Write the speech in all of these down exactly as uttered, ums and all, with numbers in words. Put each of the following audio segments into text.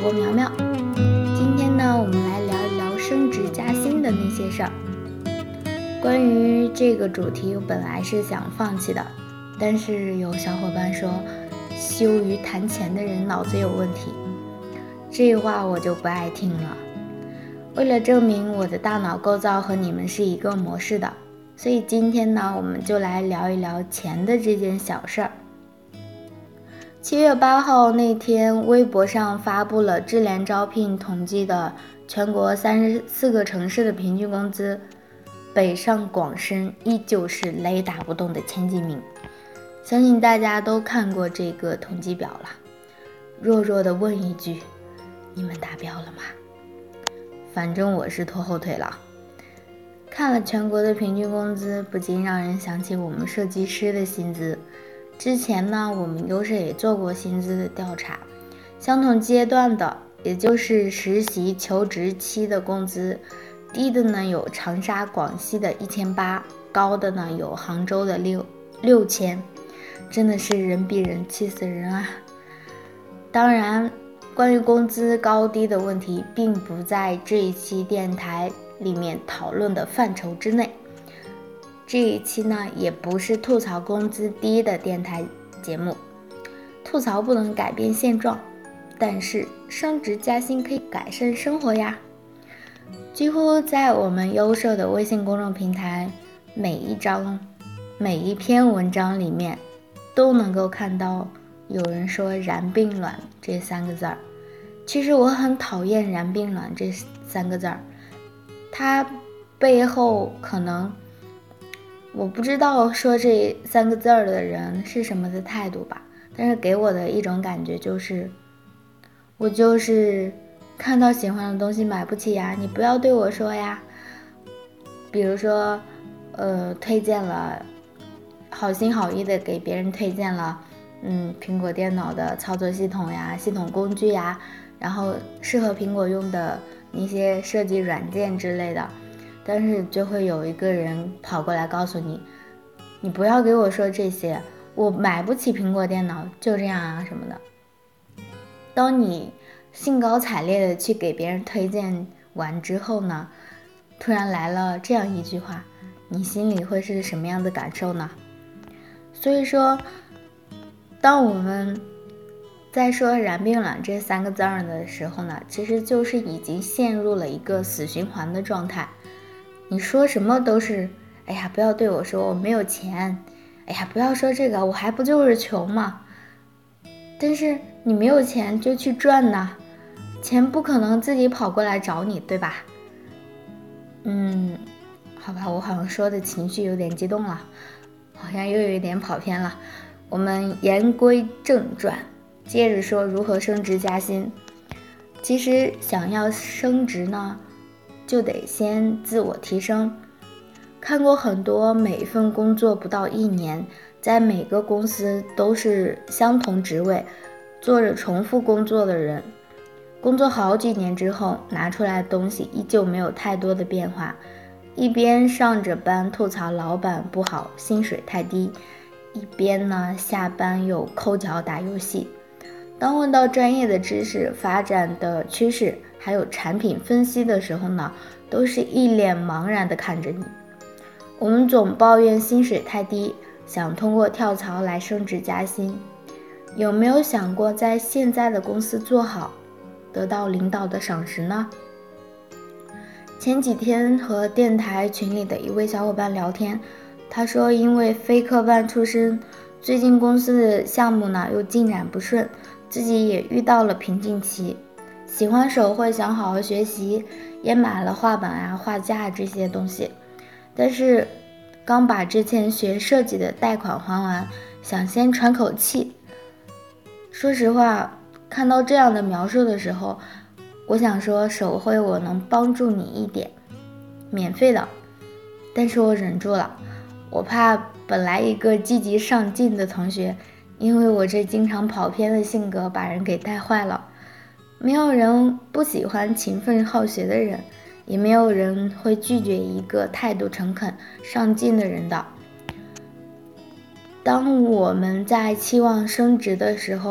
播苗苗。今天呢，我们来聊一聊升职加薪的那些事儿。关于这个主题，我本来是想放弃的，但是有小伙伴说，羞于谈钱的人脑子有问题，这话我就不爱听了。为了证明我的大脑构造和你们是一个模式的，所以今天呢，我们就来聊一聊钱的这件小事儿。七月八号那天，微博上发布了智联招聘统计的全国三十四个城市的平均工资，北上广深依旧是雷打不动的前几名。相信大家都看过这个统计表了。弱弱的问一句，你们达标了吗？反正我是拖后腿了。看了全国的平均工资，不禁让人想起我们设计师的薪资。之前呢，我们优势也做过薪资的调查，相同阶段的，也就是实习求职期的工资，低的呢有长沙、广西的一千八，高的呢有杭州的六六千，真的是人比人气死人啊！当然，关于工资高低的问题，并不在这一期电台里面讨论的范畴之内。这一期呢，也不是吐槽工资低的电台节目，吐槽不能改变现状，但是升职加薪可以改善生活呀。几乎在我们优设的微信公众平台，每一章、每一篇文章里面，都能够看到有人说燃并卵这三个字儿。其实我很讨厌燃并卵这三个字儿，它背后可能我不知道说这三个字儿的人是什么的态度吧，但是给我的一种感觉就是，我就是看到喜欢的东西买不起呀，你不要对我说呀。比如说，呃，推荐了，好心好意的给别人推荐了，嗯，苹果电脑的操作系统呀、系统工具呀，然后适合苹果用的那些设计软件之类的。但是就会有一个人跑过来告诉你，你不要给我说这些，我买不起苹果电脑，就这样啊什么的。当你兴高采烈的去给别人推荐完之后呢，突然来了这样一句话，你心里会是什么样的感受呢？所以说，当我们在说燃并卵这三个字儿的时候呢，其实就是已经陷入了一个死循环的状态。你说什么都是，哎呀，不要对我说我没有钱，哎呀，不要说这个，我还不就是穷吗？但是你没有钱就去赚呐，钱不可能自己跑过来找你，对吧？嗯，好吧，我好像说的情绪有点激动了，好像又有一点跑偏了。我们言归正传，接着说如何升职加薪。其实想要升职呢，就得先自我提升。看过很多每份工作不到一年，在每个公司都是相同职位，做着重复工作的人，工作好几年之后拿出来的东西依旧没有太多的变化，一边上着班吐槽老板不好，薪水太低，一边呢下班又抠脚打游戏。当问到专业的知识发展的趋势还有产品分析的时候呢，都是一脸茫然地看着你。我们总抱怨薪水太低，想通过跳槽来升职加薪，有没有想过在现在的公司做好，得到领导的赏识呢？前几天和电台群里的一位小伙伴聊天，他说因为非科班出身，最近公司的项目呢又进展不顺，自己也遇到了瓶颈期，喜欢手绘，想好好学习，也买了画板啊、画架这些东西，但是刚把之前学设计的贷款还完，想先喘口气。说实话，看到这样的描述的时候，我想说手绘我能帮助你一点，免费的，但是我忍住了，我怕本来一个积极上进的同学，因为我这经常跑偏的性格把人给带坏了。没有人不喜欢勤奋好学的人，也没有人会拒绝一个态度诚恳上进的人的。当我们在期望升职的时候，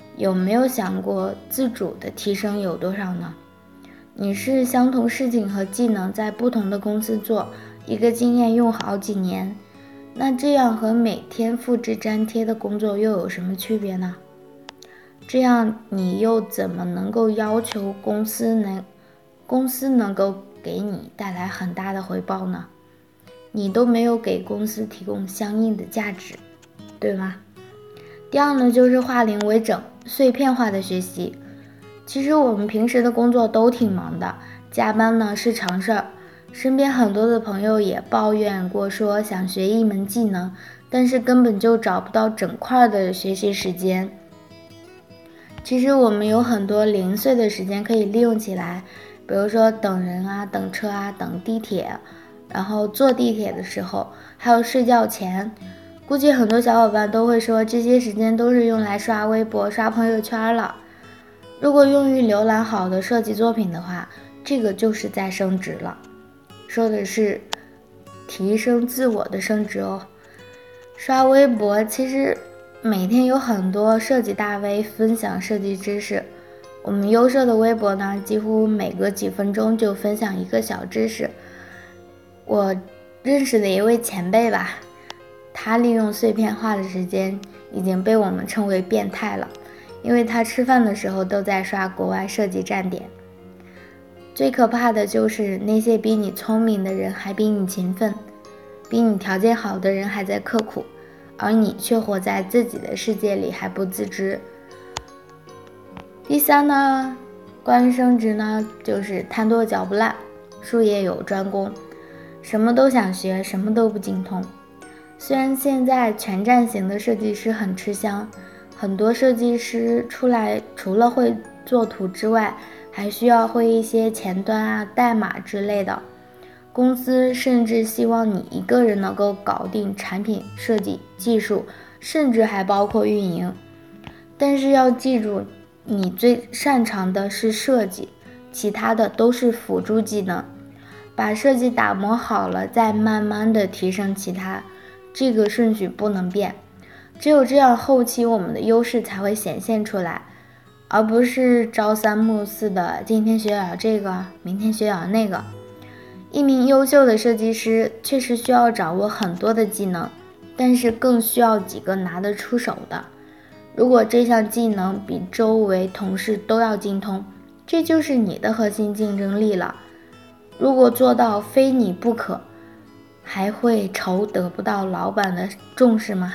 有没有想过自主的提升有多少呢？你是相同事情和技能在不同的公司做，一个经验用好几年，那这样和每天复制粘贴的工作又有什么区别呢？这样你又怎么能够要求公司能公司能够给你带来很大的回报呢？你都没有给公司提供相应的价值，对吗？第二呢，就是化零为整，碎片化的学习。其实我们平时的工作都挺忙的，加班呢是常事儿。身边很多的朋友也抱怨过，说想学一门技能，但是根本就找不到整块的学习时间。其实我们有很多零碎的时间可以利用起来，比如说等人啊、等车啊、等地铁，然后坐地铁的时候，还有睡觉前。估计很多小伙伴都会说，这些时间都是用来刷微博、刷朋友圈了。如果用于浏览好的设计作品的话，这个就是在升值了。说的是提升自我的升值哦。刷微博，其实每天有很多设计大 V 分享设计知识。我们优设的微博呢，几乎每隔几分钟就分享一个小知识。我认识的一位前辈吧，他利用碎片化的时间已经被我们称为变态了，因为他吃饭的时候都在刷国外设计站点。最可怕的就是那些比你聪明的人还比你勤奋，比你条件好的人还在刻苦，而你却活在自己的世界里还不自知。第三呢，关于升值呢，就是贪多嚼不烂，术业有专攻，什么都想学，什么都不精通。虽然现在全站型的设计师很吃香，很多设计师出来除了会做图之外，还需要会一些前端啊、代码之类的。公司甚至希望你一个人能够搞定产品设计、技术，甚至还包括运营。但是要记住，你最擅长的是设计，其他的都是辅助技能。把设计打磨好了，再慢慢的提升其他。这个顺序不能变，只有这样后期我们的优势才会显现出来，而不是朝三暮四的今天学点这个，明天学点那个。一名优秀的设计师确实需要掌握很多的技能，但是更需要几个拿得出手的。如果这项技能比周围同事都要精通，这就是你的核心竞争力了。如果做到非你不可，还会愁得不到老板的重视吗？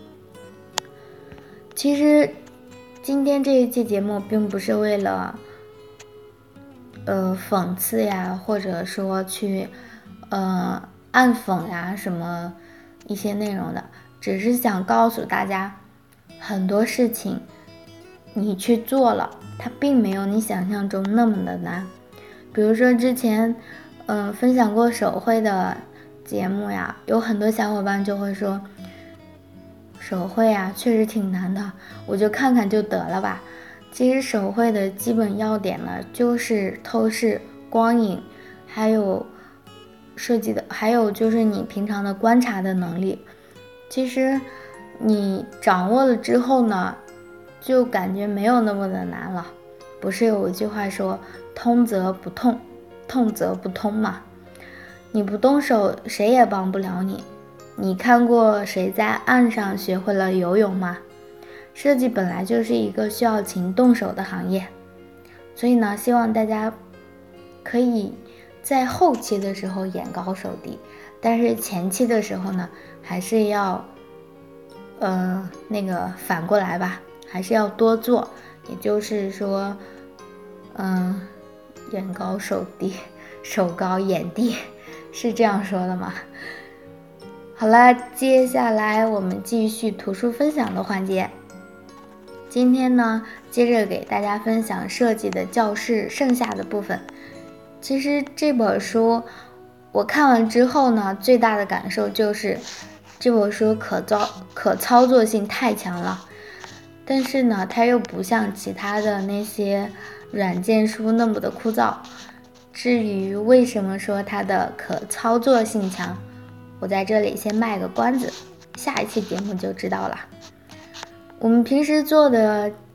其实今天这一期节目并不是为了呃讽刺呀，或者说去呃暗讽呀什么一些内容的，只是想告诉大家，很多事情你去做了，它并没有你想象中那么的难。比如说之前嗯、呃、分享过手绘的节目呀，有很多小伙伴就会说，手绘啊确实挺难的，我就看看就得了吧。其实手绘的基本要点呢，就是透视、光影，还有设计的，还有就是你平常的观察的能力。其实你掌握了之后呢，就感觉没有那么的难了。不是有一句话说，通则不痛，痛则不通嘛。你不动手，谁也帮不了你。你看过谁在岸上学会了游泳吗？设计本来就是一个需要勤动手的行业，所以呢，希望大家可以在后期的时候眼高手低，但是前期的时候呢，还是要，呃，那个反过来吧，还是要多做。也就是说，嗯、呃，眼高手低，手高眼低。是这样说的吗？好了，接下来我们继续图书分享的环节。今天呢，接着给大家分享设计的教室剩下的部分。其实这本书我看完之后呢，最大的感受就是这本书可操可操作性太强了，但是呢，它又不像其他的那些软件书那么的枯燥。至于为什么说它的可操作性强，我在这里先卖个关子，下一期节目就知道了。我们平时做的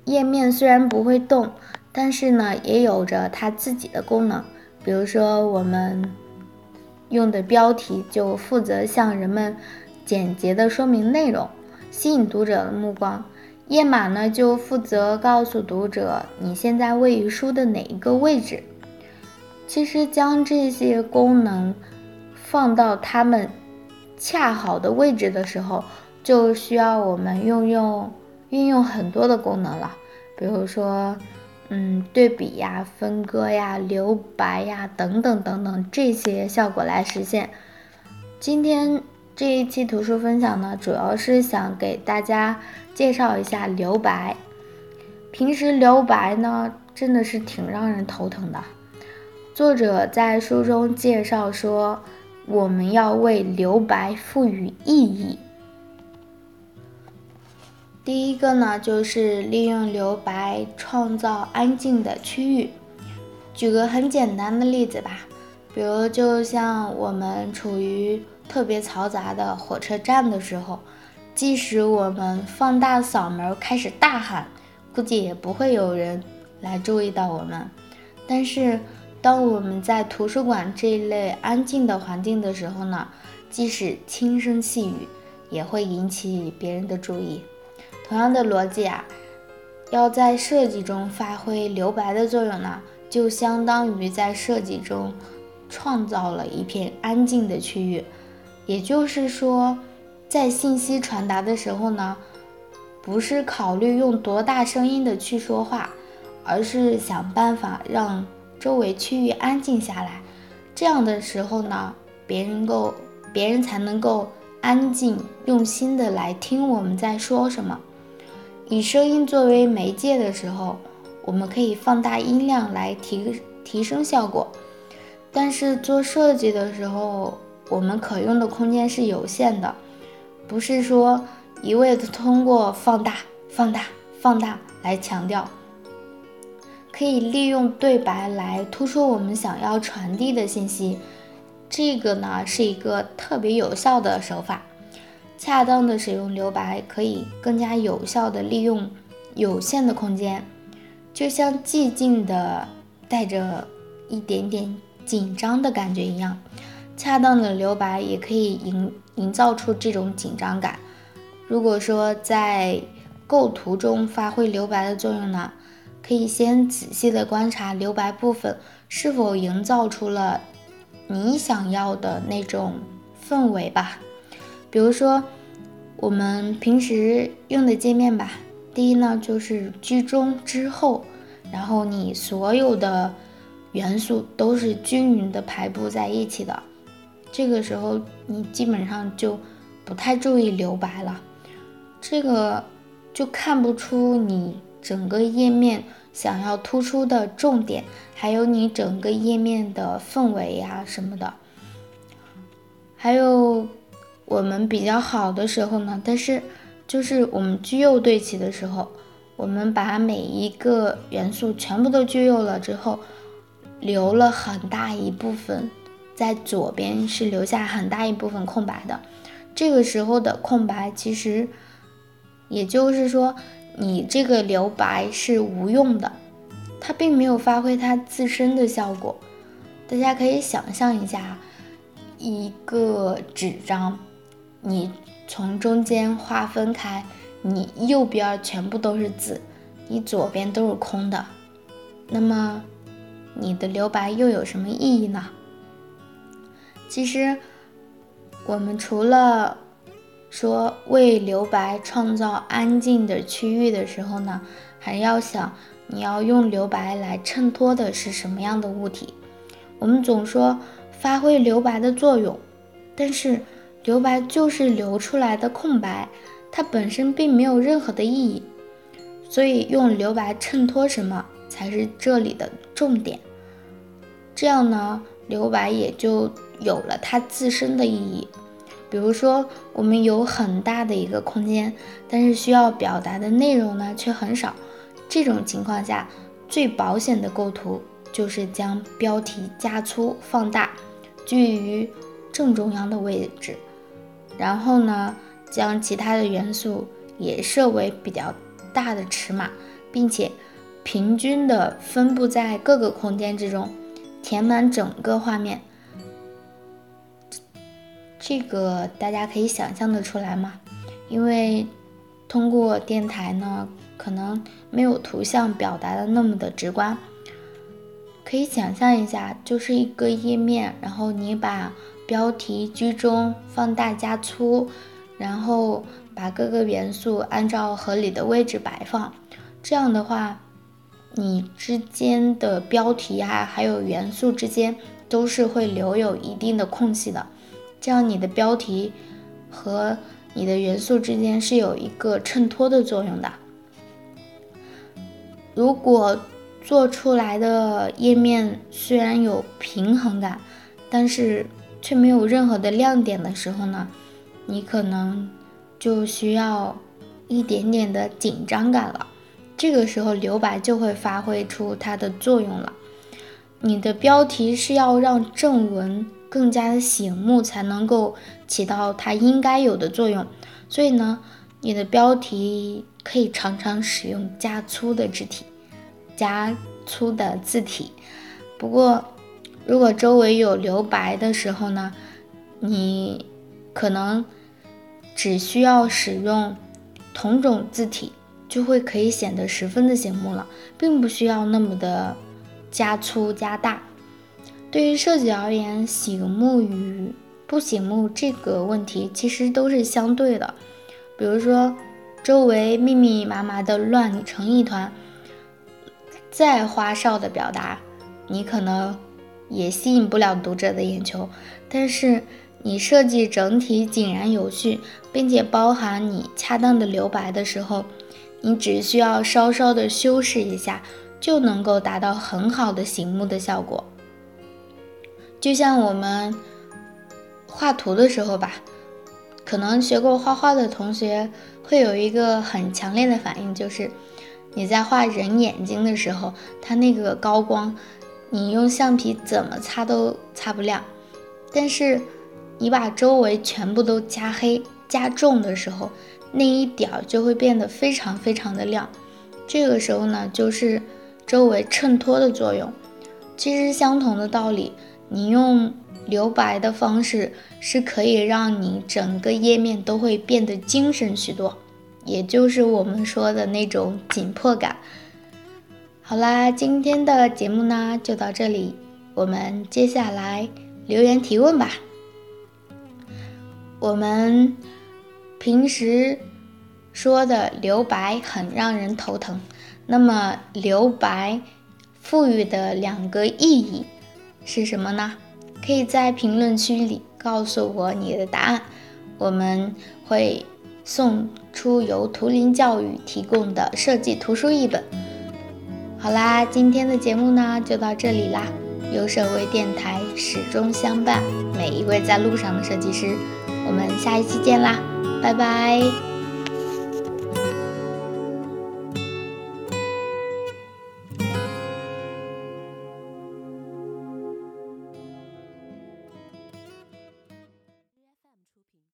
页面虽然不会动，但是呢也有着它自己的功能。比如说我们用的标题就负责向人们简洁的说明内容，吸引读者的目光。页码呢就负责告诉读者你现在位于书的哪一个位置。其实将这些功能放到它们恰好的位置的时候，就需要我们运用运用很多的功能了，比如说嗯，对比呀、分割呀、留白呀等等等等这些效果来实现。今天这一期图书分享呢，主要是想给大家介绍一下留白。平时留白呢，真的是挺让人头疼的。作者在书中介绍说，我们要为留白赋予意义。第一个呢，就是利用留白创造安静的区域。举个很简单的例子吧，比如就像我们处于特别嘈杂的火车站的时候，即使我们放大嗓门开始大喊，估计也不会有人来注意到我们。但是当我们在图书馆这一类安静的环境的时候呢，即使轻声细语也会引起别人的注意。同样的逻辑啊，要在设计中发挥留白的作用呢，就相当于在设计中创造了一片安静的区域。也就是说，在信息传达的时候呢，不是考虑用多大声音的去说话，而是想办法让周围区域安静下来。这样的时候呢，别人够别人才能够安静用心的来听我们在说什么。以声音作为媒介的时候，我们可以放大音量来提提升效果，但是做设计的时候，我们可用的空间是有限的，不是说一味的通过放大放大放大来强调。可以利用对白来突出我们想要传递的信息，这个呢是一个特别有效的手法。恰当的使用留白，可以更加有效的利用有限的空间，就像寂静的带着一点点紧张的感觉一样。恰当的留白也可以营营造出这种紧张感。如果说在构图中发挥留白的作用呢，可以先仔细的观察留白部分是否营造出了你想要的那种氛围吧。比如说我们平时用的界面吧，第一呢就是居中之后，然后你所有的元素都是均匀的排布在一起的，这个时候你基本上就不太注意留白了，这个就看不出你整个页面想要突出的重点，还有你整个页面的氛围呀、什么的。还有我们比较好的时候呢，但是就是我们居右对齐的时候，我们把每一个元素全部都居右了之后，留了很大一部分，在左边是留下很大一部分空白的。这个时候的空白其实也就是说你这个留白是无用的，它并没有发挥它自身的效果。大家可以想象一下，一个纸张你从中间划分开，你右边全部都是字，你左边都是空的，那么你的留白又有什么意义呢？其实我们除了说为留白创造安静的区域的时候呢，还要想你要用留白来衬托的是什么样的物体。我们总说发挥留白的作用，但是留白就是留出来的空白，它本身并没有任何的意义，所以用留白衬托什么才是这里的重点。这样呢，留白也就有了它自身的意义。比如说我们有很大的一个空间，但是需要表达的内容呢却很少，这种情况下最保险的构图就是将标题加粗放大，居于正中央的位置，然后呢将其他的元素也设为比较大的尺码， 并且平均的分布在各个空间之中，填满整个画面。这个大家可以想象得出来吗？因为通过电台呢，可能没有图像表达的那么的直观。可以想象一下，就是一个页面，然后你把标题居中，放大加粗，然后把各个元素按照合理的位置摆放。这样的话，你之间的标题啊，还有元素之间都是会留有一定的空隙的。这样你的标题和你的元素之间是有一个衬托的作用的。如果做出来的页面虽然有平衡感，但是却没有任何的亮点的时候呢，你可能就需要一点点的紧张感了。这个时候留白就会发挥出它的作用了。你的标题是要让正文更加的醒目，才能够起到它应该有的作用。所以呢，你的标题可以常常使用加粗的字体，加粗的字体。不过，如果周围有留白的时候呢，你可能只需要使用同种字体，就会可以显得十分的醒目了，并不需要那么的加粗加大。对于设计而言，醒目与不醒目这个问题其实都是相对的。比如说，周围密密麻麻的乱成一团，再花哨的表达，你可能也吸引不了读者的眼球。但是你设计整体井然有序，并且包含你恰当的留白的时候，你只需要稍稍的修饰一下，就能够达到很好的醒目的效果。就像我们画图的时候吧，可能学过画画的同学会有一个很强烈的反应，就是你在画人眼睛的时候，它那个高光，你用橡皮怎么擦都擦不亮。但是你把周围全部都加黑加重的时候，那一点就会变得非常非常的亮。这个时候呢，就是周围衬托的作用。其实相同的道理，你用留白的方式是可以让你整个页面都会变得精神许多，也就是我们说的那种紧迫感。好啦，今天的节目呢就到这里，我们接下来留言提问吧。我们平时说的留白很让人头疼，那么留白赋予的两个意义是什么呢？可以在评论区里告诉我你的答案，我们会送出由图灵教育提供的设计图书一本。好啦，今天的节目呢就到这里啦。优设微电台始终相伴每一位在路上的设计师，我们下一期见啦，拜拜。